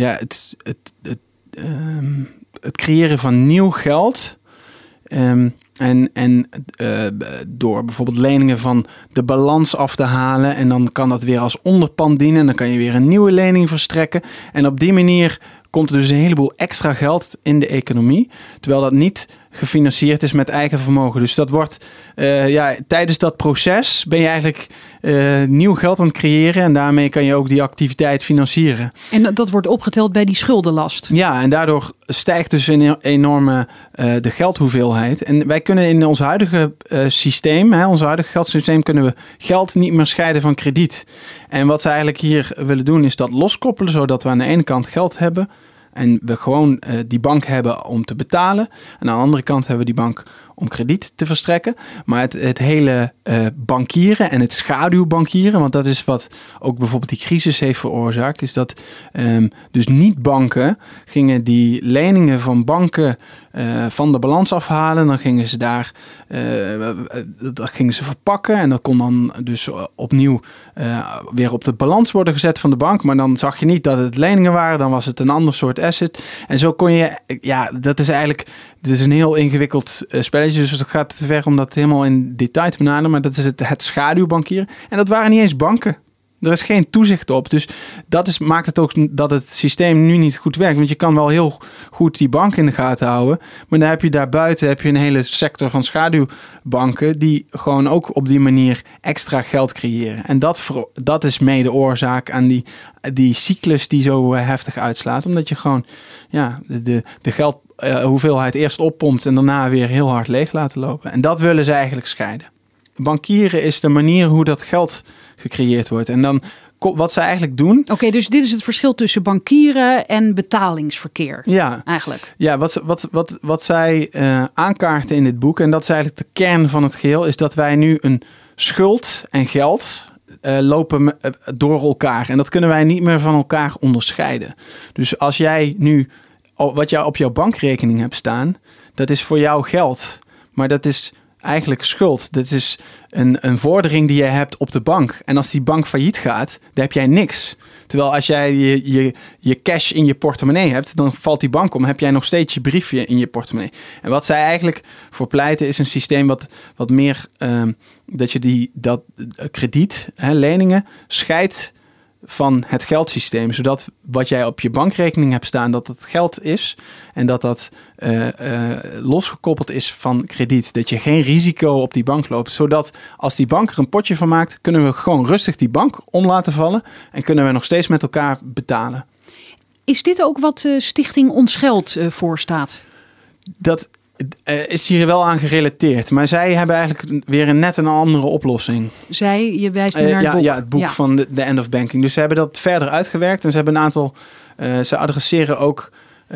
het creëren van nieuw geld En door bijvoorbeeld leningen van de balans af te halen. En dan kan dat weer als onderpand dienen. En dan kan je weer een nieuwe lening verstrekken. En op die manier komt er dus een heleboel extra geld in de economie. Terwijl dat niet gefinancierd is met eigen vermogen. Dus dat wordt tijdens dat proces ben je eigenlijk nieuw geld aan het creëren. En daarmee kan je ook die activiteit financieren. En dat wordt opgeteld bij die schuldenlast. Ja, en daardoor stijgt dus een enorme de geldhoeveelheid. En wij kunnen in ons huidige systeem, ons huidige geldsysteem, kunnen we geld niet meer scheiden van krediet. En wat ze eigenlijk hier willen doen is dat loskoppelen, zodat we aan de ene kant geld hebben en we gewoon die bank hebben om te betalen. En aan de andere kant hebben we die bank om krediet te verstrekken. Maar het hele bankieren en het schaduwbankieren, want dat is wat ook bijvoorbeeld die crisis heeft veroorzaakt, is dat dus niet-banken gingen die leningen van banken van de balans afhalen. Dan gingen ze dat gingen ze verpakken en dat kon dan dus opnieuw weer op de balans worden gezet van de bank. Maar dan zag je niet dat het leningen waren, dan was het een ander soort asset. En zo kon je, dit is een heel ingewikkeld spelletje, dus het gaat te ver om dat helemaal in detail te benaderen, maar dat is het schaduwbankieren. En dat waren niet eens banken. Er is geen toezicht op. Dus maakt het ook dat het systeem nu niet goed werkt. Want je kan wel heel goed die bank in de gaten houden. Maar dan heb je daarbuiten een hele sector van schaduwbanken die gewoon ook op die manier extra geld creëren. En dat is mede oorzaak aan die cyclus die zo heftig uitslaat. Omdat je gewoon de geldhoeveelheid eerst oppompt en daarna weer heel hard leeg laten lopen. En dat willen ze eigenlijk scheiden. Bankieren is de manier hoe dat geld gecreëerd wordt. En dan wat ze eigenlijk doen. Oké, dus dit is het verschil tussen bankieren en betalingsverkeer. Ja, eigenlijk. Ja, wat zij aankaarten in dit boek, en dat is eigenlijk de kern van het geheel, is dat wij nu een schuld en geld lopen door elkaar. En dat kunnen wij niet meer van elkaar onderscheiden. Dus als jij nu wat jij op jouw bankrekening hebt staan, dat is voor jou geld. Maar dat is eigenlijk schuld. Dat is een vordering die je hebt op de bank. En als die bank failliet gaat, dan heb jij niks. Terwijl als jij je cash in je portemonnee hebt, dan valt die bank om. Heb jij nog steeds je briefje in je portemonnee. En wat zij eigenlijk voor pleiten is een systeem wat meer dat je dat krediet, leningen, scheidt van het geldsysteem. Zodat wat jij op je bankrekening hebt staan, dat het geld is. En dat losgekoppeld is van krediet. Dat je geen risico op die bank loopt. Zodat als die bank er een potje van maakt, kunnen we gewoon rustig die bank om laten vallen. En kunnen we nog steeds met elkaar betalen. Is dit ook wat Stichting Ons Geld voorstaat? Dat is hier wel aan gerelateerd. Maar zij hebben eigenlijk weer net een andere oplossing. Je wijst nu naar het boek. Ja, het boek van The End of Banking. Dus ze hebben dat verder uitgewerkt. En ze hebben een aantal. Ze adresseren ook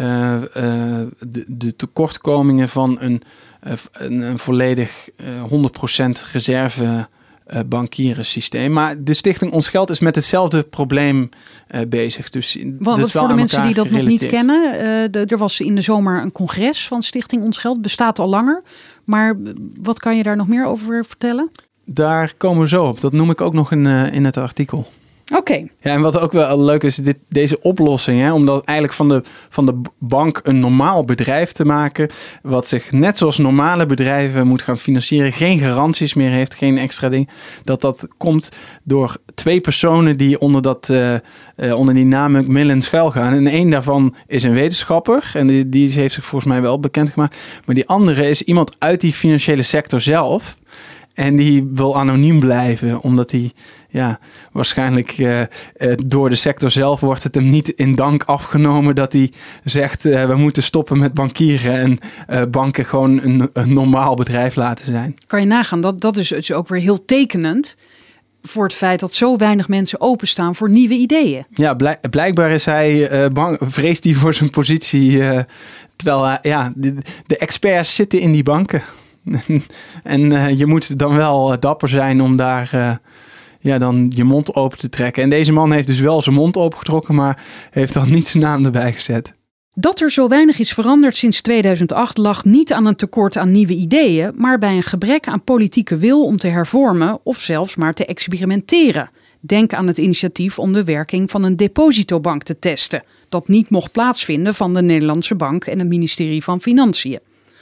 de tekortkomingen van een volledig 100% reserve bankierensysteem. Maar de Stichting Ons Geld is met hetzelfde probleem bezig. Dus wat voor de mensen die dat nog niet kennen, er was in de zomer een congres van Stichting Ons Geld. Bestaat al langer. Maar wat kan je daar nog meer over vertellen? Daar komen we zo op. Dat noem ik ook nog in het artikel. Oké. Ja, en wat ook wel leuk is, deze oplossing, om dat eigenlijk van de bank een normaal bedrijf te maken, wat zich net zoals normale bedrijven moet gaan financieren, geen garanties meer heeft, geen extra ding, dat komt door 2 personen die onder die naam Macmillan schuil gaan. En één daarvan is een wetenschapper en die heeft zich volgens mij wel bekendgemaakt. Maar die andere is iemand uit die financiële sector zelf. En die wil anoniem blijven, omdat hij waarschijnlijk door de sector zelf wordt het hem niet in dank afgenomen dat hij zegt we moeten stoppen met bankieren en banken gewoon een normaal bedrijf laten zijn. Kan je nagaan, dat is ook weer heel tekenend voor het feit dat zo weinig mensen openstaan voor nieuwe ideeën. Ja, blijkbaar is hij vreest hij voor zijn positie, terwijl de experts zitten in die banken. En je moet dan wel dapper zijn om daar dan je mond open te trekken. En deze man heeft dus wel zijn mond opengetrokken, maar heeft dan niet zijn naam erbij gezet. Dat er zo weinig is veranderd sinds 2008 lag niet aan een tekort aan nieuwe ideeën, maar bij een gebrek aan politieke wil om te hervormen of zelfs maar te experimenteren. Denk aan het initiatief om de werking van een depositobank te testen, dat niet mocht plaatsvinden van de Nederlandse Bank en het ministerie van Financiën.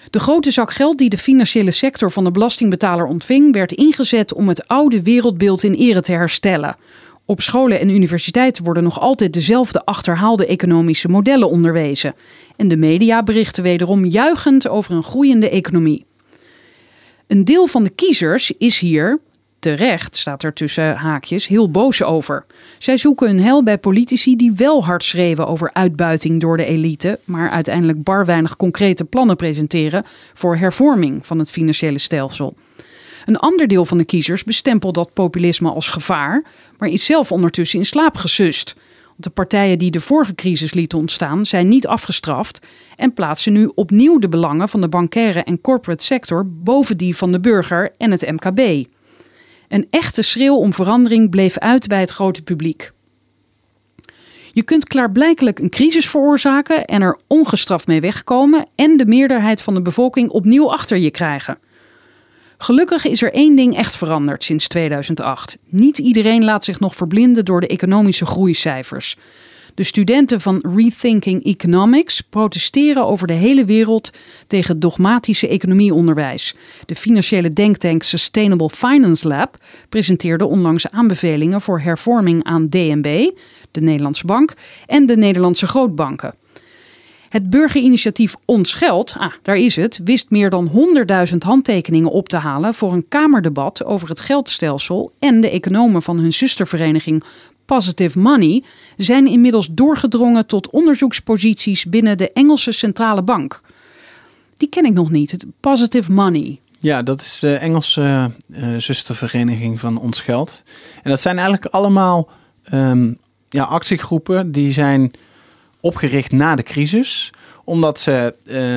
De grote zak geld die de financiële sector van de belastingbetaler ontving, werd ingezet om het oude wereldbeeld in ere te herstellen. Op scholen en universiteiten worden nog altijd dezelfde achterhaalde economische modellen onderwezen. En de media berichten wederom juichend over een groeiende economie. Een deel van de kiezers is hier, terecht staat er tussen haakjes, heel boos over. Zij zoeken hun heil bij politici die wel hard schreeuwen over uitbuiting door de elite, maar uiteindelijk bar weinig concrete plannen presenteren voor hervorming van het financiële stelsel. Een ander deel van de kiezers bestempelt dat populisme als gevaar, maar is zelf ondertussen in slaap gesust. De partijen die de vorige crisis lieten ontstaan zijn niet afgestraft en plaatsen nu opnieuw de belangen van de bankaire en corporate sector boven die van de burger en het MKB. Een echte schreeuw om verandering bleef uit bij het grote publiek. Je kunt klaarblijkelijk een crisis veroorzaken en er ongestraft mee wegkomen en de meerderheid van de bevolking opnieuw achter je krijgen. Gelukkig is er één ding echt veranderd sinds 2008. Niet iedereen laat zich nog verblinden door de economische groeicijfers. De studenten van Rethinking Economics protesteren over de hele wereld tegen dogmatische economieonderwijs. De financiële denktank Sustainable Finance Lab presenteerde onlangs aanbevelingen voor hervorming aan DNB, de Nederlandse bank, en de Nederlandse grootbanken. Het burgerinitiatief Ons Geld, daar is het, wist meer dan 100.000 handtekeningen op te halen voor een kamerdebat over het geldstelsel en de economen van hun zustervereniging Positive Money zijn inmiddels doorgedrongen tot onderzoeksposities binnen de Engelse centrale bank. Die ken ik nog niet, het Positive Money. Ja, dat is de Engelse zustervereniging van Ons Geld. En dat zijn eigenlijk allemaal actiegroepen die zijn opgericht na de crisis, omdat ze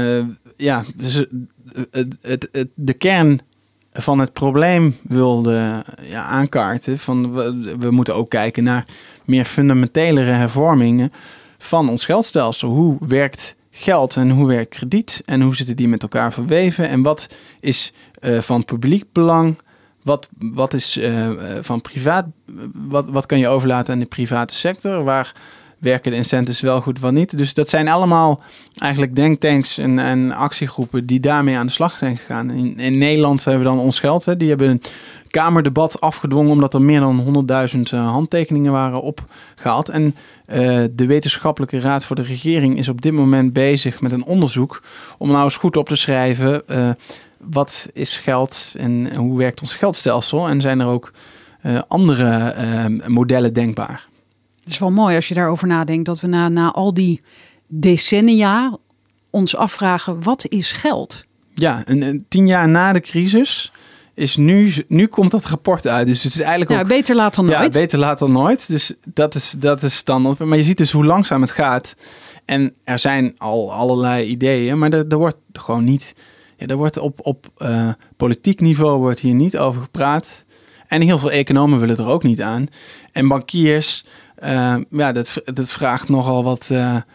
de kern van het probleem wilden aankaarten. Van we moeten ook kijken naar meer fundamentelere hervormingen van ons geldstelsel. Hoe werkt geld en hoe werkt krediet en hoe zitten die met elkaar verweven en wat is van publiek belang? Wat is van privaat? Wat kan je overlaten aan de private sector? Waar werken de incentives wel goed, wat niet? Dus dat zijn allemaal eigenlijk denktanks en actiegroepen die daarmee aan de slag zijn gegaan. In Nederland hebben we dan Ons Geld. Die hebben een kamerdebat afgedwongen omdat er meer dan 100.000 handtekeningen waren opgehaald. En de wetenschappelijke raad voor de regering is op dit moment bezig met een onderzoek om nou eens goed op te schrijven wat is geld en hoe werkt ons geldstelsel. En zijn er ook andere modellen denkbaar. Het is wel mooi als je daarover nadenkt dat we na al die decennia ons afvragen, wat is geld? Ja, 10 jaar na de crisis is nu komt dat rapport uit. Dus het is eigenlijk ook beter laat dan nooit. Ja, beter laat dan nooit. Dus dat is standaard. Maar je ziet dus hoe langzaam het gaat. En er zijn al allerlei ideeën, maar er wordt gewoon niet. Ja, er wordt op politiek niveau wordt hier niet over gepraat. En heel veel economen willen er ook niet aan. En bankiers, dat vraagt nogal wat.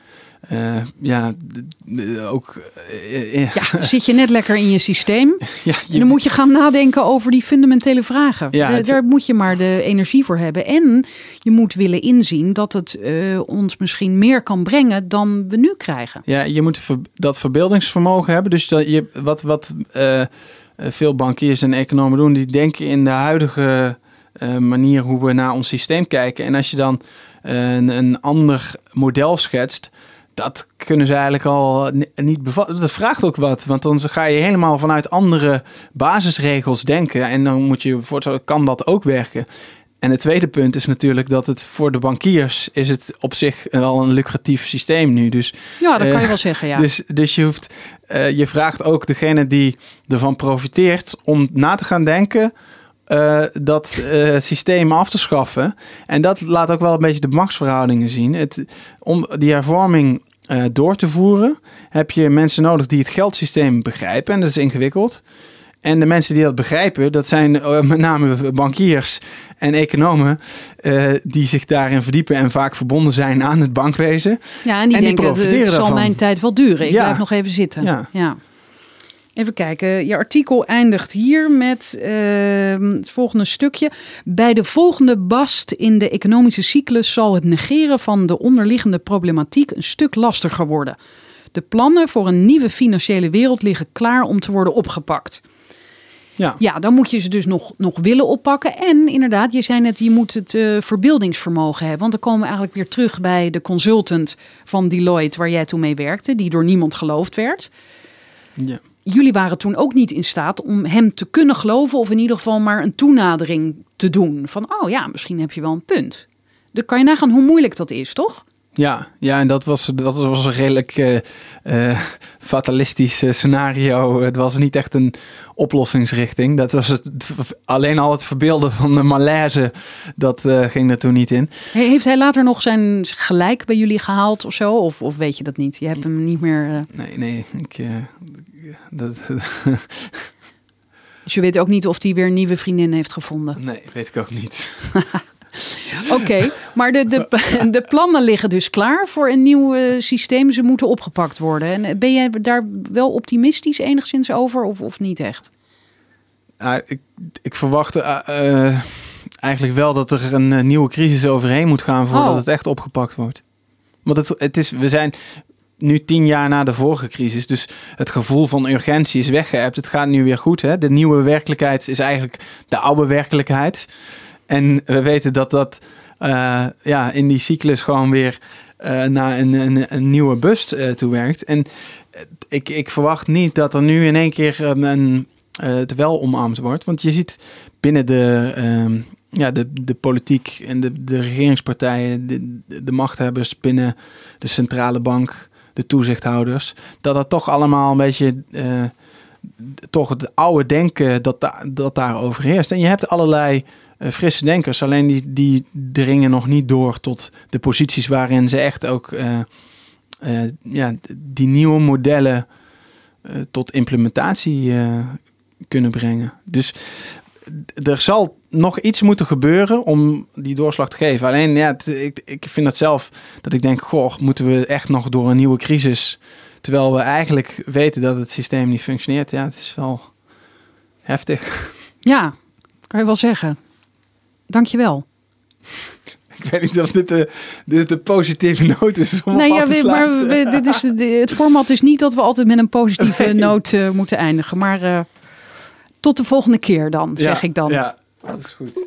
Zit je net lekker in je systeem. En dan moet je gaan nadenken over die fundamentele vragen. Ja, daar moet je maar de energie voor hebben. En je moet willen inzien dat het ons misschien meer kan brengen dan we nu krijgen. Ja, je moet dat verbeeldingsvermogen hebben. Dus wat veel bankiers en economen doen, die denken in de huidige manier hoe we naar ons systeem kijken. En als je dan een ander model schetst, dat kunnen ze eigenlijk al niet bevatten. Dat vraagt ook wat, want dan ga je helemaal vanuit andere basisregels denken. En dan moet je voorstellen, kan dat ook werken? En het tweede punt is natuurlijk dat het voor de bankiers is het op zich wel een lucratief systeem nu. Dus, ja, dat kan je wel zeggen, ja. Dus je vraagt ook degene die ervan profiteert om na te gaan denken dat systeem af te schaffen. En dat laat ook wel een beetje de machtsverhoudingen zien. Om die hervorming door te voeren heb je mensen nodig die het geldsysteem begrijpen. En dat is ingewikkeld. En de mensen die dat begrijpen, dat zijn met name bankiers en economen die zich daarin verdiepen en vaak verbonden zijn aan het bankwezen. Ja, en die denken, het zal mijn tijd wel duren. Ik blijf nog even zitten. Ja. Even kijken, je artikel eindigt hier met het volgende stukje. Bij de volgende bast in de economische cyclus zal het negeren van de onderliggende problematiek een stuk lastiger worden. De plannen voor een nieuwe financiële wereld liggen klaar om te worden opgepakt. Ja, dan moet je ze dus nog willen oppakken. En inderdaad, je zei net, je moet het verbeeldingsvermogen hebben. Want dan komen we eigenlijk weer terug bij de consultant van Deloitte, waar jij toen mee werkte, die door niemand geloofd werd. Ja. Jullie waren toen ook niet in staat om hem te kunnen geloven, of in ieder geval maar een toenadering te doen. Van, oh ja, misschien heb je wel een punt. Dan kan je nagaan hoe moeilijk dat is, toch? Ja, en dat was een redelijk fatalistisch scenario. Het was niet echt een oplossingsrichting. Dat was alleen al het verbeelden van de malaise, dat ging er toen niet in. Heeft hij later nog zijn gelijk bij jullie gehaald of zo? Of weet je dat niet? Je hebt hem niet meer... Nee. Dus je weet ook niet of hij weer een nieuwe vriendin heeft gevonden? Nee, weet ik ook niet. Oké, maar de plannen liggen dus klaar voor een nieuw systeem. Ze moeten opgepakt worden. En ben jij daar wel optimistisch enigszins over of niet echt? Ik verwacht eigenlijk wel dat er een nieuwe crisis overheen moet gaan voordat het echt opgepakt wordt. Want we zijn nu 10 jaar na de vorige crisis, dus het gevoel van urgentie is weggeëpt. Het gaat nu weer goed. Hè? De nieuwe werkelijkheid is eigenlijk de oude werkelijkheid. En we weten dat in die cyclus gewoon weer naar een nieuwe bust toe werkt. En ik verwacht niet dat er nu in één keer het wel omarmd wordt. Want je ziet binnen de politiek en de regeringspartijen, de machthebbers binnen de centrale bank, de toezichthouders, dat toch allemaal een beetje toch het oude denken dat daar overheerst. En je hebt allerlei frisse denkers, alleen die dringen nog niet door tot de posities waarin ze echt ook die nieuwe modellen tot implementatie kunnen brengen. Dus er zal nog iets moeten gebeuren om die doorslag te geven. Alleen ik vind het zelf dat ik denk, moeten we echt nog door een nieuwe crisis, terwijl we eigenlijk weten dat het systeem niet functioneert. Ja, het is wel heftig. Ja, kan je wel zeggen. Dankjewel. Ik weet niet of dit de positieve noot is om af te sluiten. Maar het format is niet dat we altijd met een positieve noot moeten eindigen. Maar tot de volgende keer dan, zeg ik dan. Ja, dat is goed.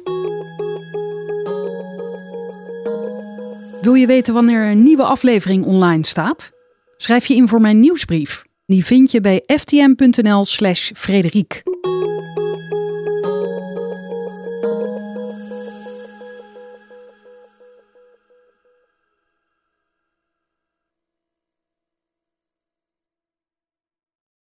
Wil je weten wanneer een nieuwe aflevering online staat? Schrijf je in voor mijn nieuwsbrief. Die vind je bij ftm.nl/Frederiek.